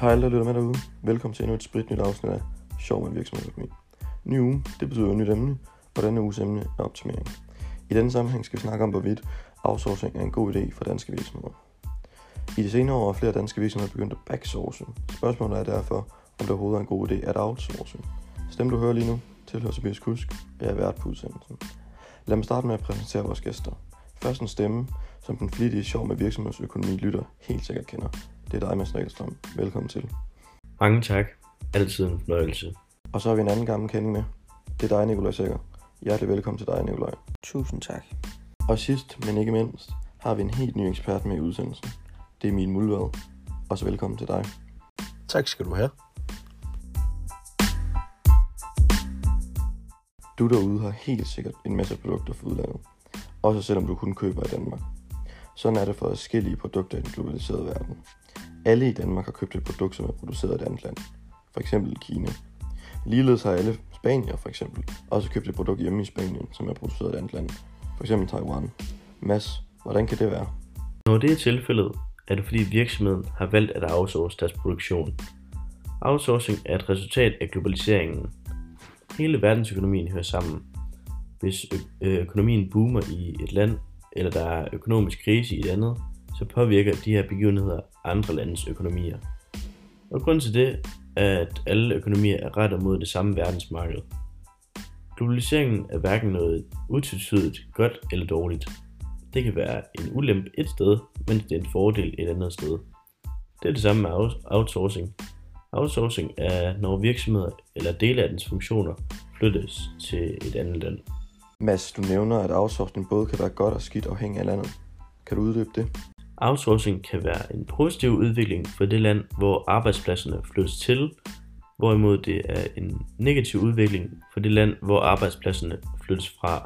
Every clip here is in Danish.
Hej alle, der lytter med derude. Velkommen til endnu et spritnyt afsnit af Sjov med virksomhedsøkonomi. Ny uge, det betyder et nyt emne, og denne uges emne er optimering. I denne sammenhæng skal vi snakke om, hvorvidt outsourcing er en god idé for danske virksomheder. I de senere år er flere danske virksomheder begyndt at backsource. Spørgsmålet er derfor, om det overhovedet er en god idé at outsource. Stem du hører lige nu, tilhører Tobias Kusk, og jeg er vært på udsendelsen. Lad mig starte med at præsentere vores gæster. Først en stemme, som den flittige Sjov med virksomhedsøkonomi lytter helt sikkert kender. Det er dig, Mads Nagelstrøm. Velkommen til. Mange tak. Altid en fornøjelse. Og så har vi en anden gammel kending med. Det er dig, Nikolaj Sækker. Hjertelig velkommen til dig, Nikolaj. Tusind tak. Og sidst, men ikke mindst, har vi en helt ny ekspert med i udsendelsen. Det er Emil Muldvad. Også velkommen til dig. Tak skal du have. Du derude har helt sikkert en masse produkter fra udlandet. Også selvom du kun køber i Danmark. Sådan er det for forskellige produkter i den globaliserede verden. Alle i Danmark har købt et produkt, som er produceret i et andet land. For eksempel Kina. Ligeledes har alle spanier for eksempel også købt et produkt hjemme i Spanien, som er produceret i et andet land. For eksempel Taiwan. Mads, hvordan kan det være? Når det er tilfældet, er det fordi virksomheden har valgt at outsource deres produktion. Outsourcing er et resultat af globaliseringen. Hele verdensøkonomien hører sammen. Hvis økonomien boomer i et land, eller der er økonomisk krise i et andet, så påvirker de her begivenheder andre landes økonomier. Og grunden til det er, at alle økonomier er rettet mod det samme verdensmarked. Globaliseringen er hverken noget utvetydigt godt eller dårligt. Det kan være en ulempe et sted, mens det er en fordel et andet sted. Det er det samme med outsourcing. Outsourcing er, når virksomheder eller dele af dens funktioner flyttes til et andet land. Mads, du nævner, at outsourcing både kan være godt og skidt afhængig af landet. Kan du uddybe det? Outsourcing kan være en positiv udvikling for det land, hvor arbejdspladserne flyttes til, hvorimod det er en negativ udvikling for det land, hvor arbejdspladserne flyttes fra.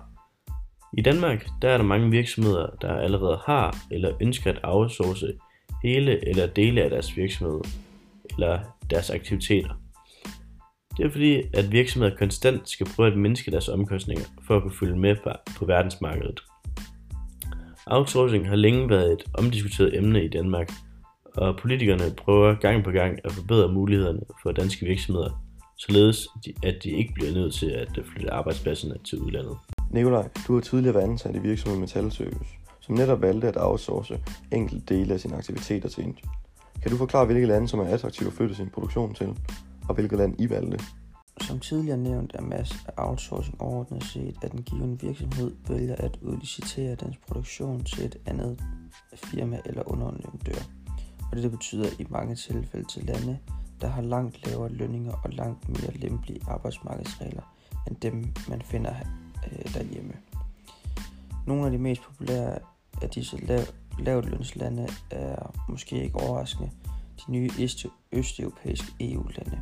I Danmark der er der mange virksomheder, der allerede har eller ønsker at outsource hele eller dele af deres virksomhed eller deres aktiviteter. Det er fordi, at virksomheder konstant skal prøve at mindske deres omkostninger for at kunne følge med på verdensmarkedet. Outsourcing har længe været et omdiskuteret emne i Danmark, og politikerne prøver gang på gang at forbedre mulighederne for danske virksomheder, således at de ikke bliver nødt til at flytte arbejdspladserne til udlandet. Nikolaj, du har tidligere været ansat i virksomheden Metal Service, som netop valgte at outsource enkelte dele af sine aktiviteter til Indien. Kan du forklare, hvilke lande, som er attraktive at flytte sin produktion til, og hvilke lande I valgte? Som tidligere nævnt er masse outsourcing overordnet set, at en given virksomhed vælger at udlicitere dens produktion til et andet firma eller underleverandør. Og det betyder i mange tilfælde til lande, der har langt lavere lønninger og langt mere lempelige arbejdsmarkedsregler end dem, man finder derhjemme. Nogle af de mest populære af disse lavtlønslande er måske ikke overraskende de nye østeuropæiske EU-lande.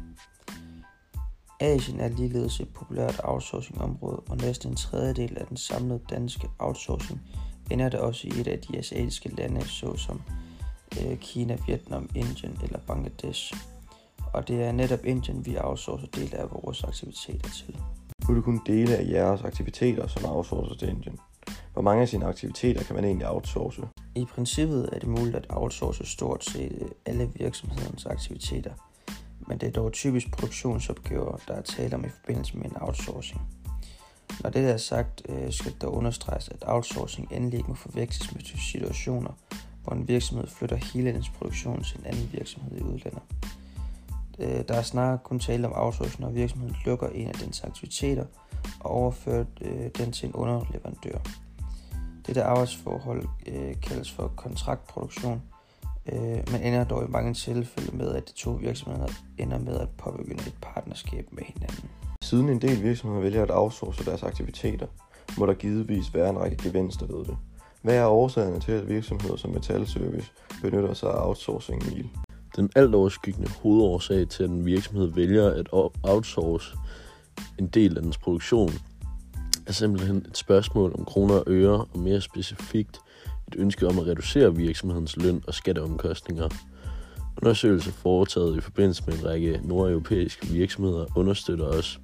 Asien er ligeledes et populært outsourcing-område, og næsten en tredjedel af den samlede danske outsourcing ender der også i et af de asiatiske lande, såsom Kina, Vietnam, Indien eller Bangladesh. Og det er netop Indien, vi outsourcer dele af vores aktiviteter til. Nu er det kun dele af jeres aktiviteter, som outsourcer til Indien. Hvor mange af sine aktiviteter kan man egentlig outsource? I princippet er det muligt at outsource stort set alle virksomhedens aktiviteter, men det er dog typisk produktionsopgaver, der er tale om i forbindelse med en outsourcing. Når det er sagt, skal det dog understreges, at outsourcing endelig ikke må forveksles med situationer, hvor en virksomhed flytter hele dens produktion til en anden virksomhed i udlandet. Der er snarere kun tale om outsourcing, når virksomheden lukker en af dens aktiviteter og overfører den til en underleverandør. Dette arbejdsforhold kaldes for kontraktproduktion, men ender dog i mange tilfælde med, at de to virksomheder ender med at påbegynde et partnerskab med hinanden. Siden en del virksomheder vælger at outsource deres aktiviteter, må der givetvis være en række gevinster ved det. Hvad er årsagerne til, at virksomheder som Metal Service benytter sig af outsourcing, Emil? Den alt overskyggende hovedårsag til, at en virksomhed vælger at outsource en del af dens produktion, er simpelthen et spørgsmål om kroner og øre, og mere specifikt et ønske om at reducere virksomhedens løn og skatteomkostninger. Undersøgelser foretaget i forbindelse med en række nordeuropæiske virksomheder understøtter også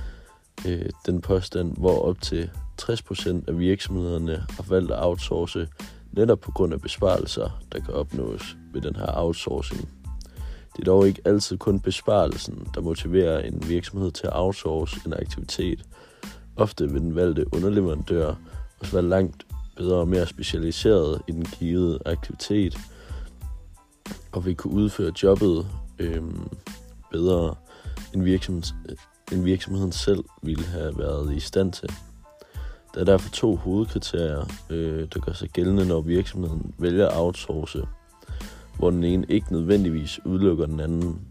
den påstand, hvor op til 60% af virksomhederne har valgt at outsource netop på grund af besparelser, der kan opnås ved den her outsourcing. Det er dog ikke altid kun besparelsen, der motiverer en virksomhed til at outsource en aktivitet. Ofte vil den valgte underleverandør også være langt bedre og mere specialiseret i den givede aktivitet, og vil kunne udføre jobbet bedre end virksomheden selv ville have været i stand til. Der er derfor 2 hovedkriterier, der gør sig gældende, når virksomheden vælger at outsource, hvor den ene ikke nødvendigvis udelukker den anden.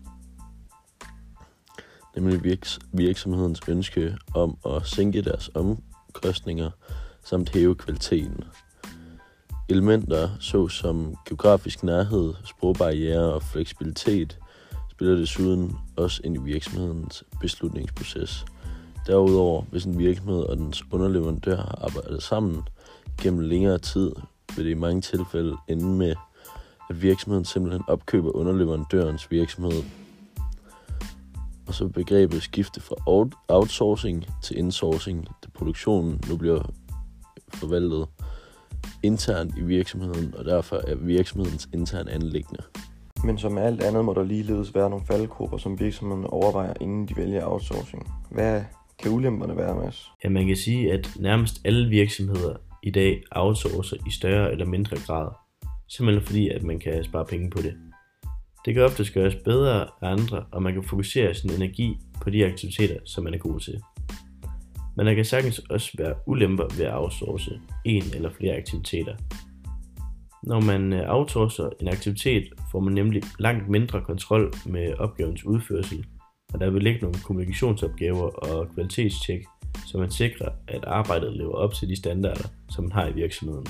Nemlig virksomhedens ønske om at sænke deres omkostninger samt hæve kvaliteten. Elementer såsom geografisk nærhed, sprogbarriere og fleksibilitet spiller desuden også ind i virksomhedens beslutningsproces. Derudover, hvis en virksomhed og dens underleverandør har arbejdet sammen gennem længere tid, vil det i mange tilfælde ende med, at virksomheden simpelthen opkøber underleverandørens virksomhed. Og så begrebet skifte fra outsourcing til insourcing, da produktionen nu bliver forvaltet internt i virksomheden, og derfor er virksomhedens interne anliggende. Men som med alt andet må der ligeledes være nogle faldgrupper, som virksomheden overvejer, inden de vælger outsourcing. Hvad kan ulemperne være, Mads? Ja, man kan sige, at nærmest alle virksomheder i dag outsourcer i større eller mindre grad. Simpelthen fordi, at man kan spare penge på det. Det kan ofte gøres bedre af andre, og man kan fokusere sin energi på de aktiviteter, som man er god til. Men der kan sagtens også være ulemper ved at outsource en eller flere aktiviteter. Når man outsourcer en aktivitet, får man nemlig langt mindre kontrol med opgavens udførsel, og der vil ligge nogle kommunikationsopgaver og kvalitetstjek, så man sikrer, at arbejdet lever op til de standarder, som man har i virksomheden.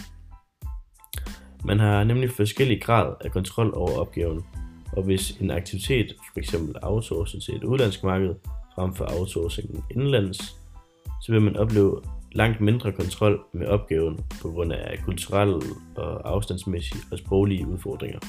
Man har nemlig forskellig grad af kontrol over opgaven, og hvis en aktivitet f.eks. outsourcer til et udlandsk marked frem for outsourcingen indlands, så vil man opleve langt mindre kontrol med opgaven på grund af kulturelle og afstandsmæssige og sproglige udfordringer.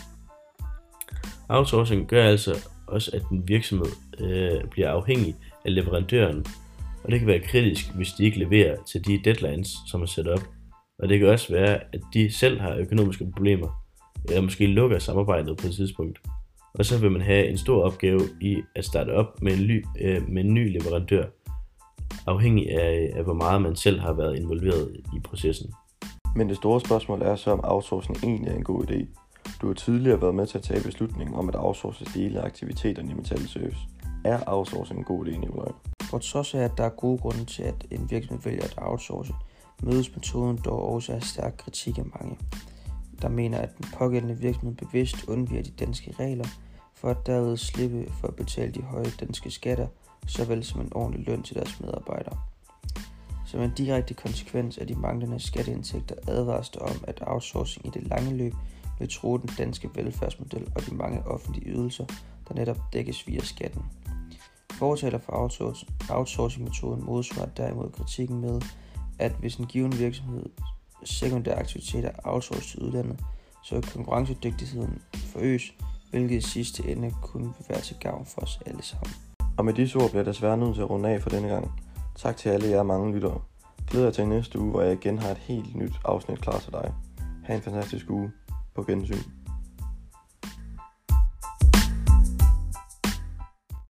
Outsourcing gør altså også, at en virksomhed bliver afhængig af leverandøren, og det kan være kritisk, hvis de ikke leverer til de deadlines, som er sat op. Og det kan også være, at de selv har økonomiske problemer, eller måske lukker samarbejdet på et tidspunkt. Og så vil man have en stor opgave i at starte op med en ny leverandør, afhængig af hvor meget man selv har været involveret i processen. Men det store spørgsmål er så, om outsourcing egentlig er en god idé. Du har tidligere været med til at tage beslutningen om at outsource dele af aktiviteterne i Metal Service. Er outsourcing en god idé, Nikolaj? På trods af, at der er gode grunde til, at en virksomhed vælger at outsource, mødes metoden dog også af stærk kritik af mange, der mener, at den pågældende virksomhed bevidst undviger de danske regler, for at derved slippe for at betale de høje danske skatter, såvel som en ordentlig løn til deres medarbejdere. Som en direkte konsekvens af de manglende skatteindtægter advares der om, at outsourcing i det lange løb vil true den danske velfærdsmodel og de mange offentlige ydelser, der netop dækkes via skatten. Fortaler for outsourcing-metoden modsvarer derimod kritikken med, at hvis en given virksomhed sekundære aktiviteter outsources til udlandet, så vil konkurrencedygtigheden forøges, hvilket i sidste ende kun vil være til gavn for os alle sammen. Og med disse ord bliver jeg desværre nødt til at runde af for denne gang. Tak til alle jer mange lyttere. Glæder jeg til næste uge, hvor jeg igen har et helt nyt afsnit klar til dig. Ha' en fantastisk uge. På gensyn.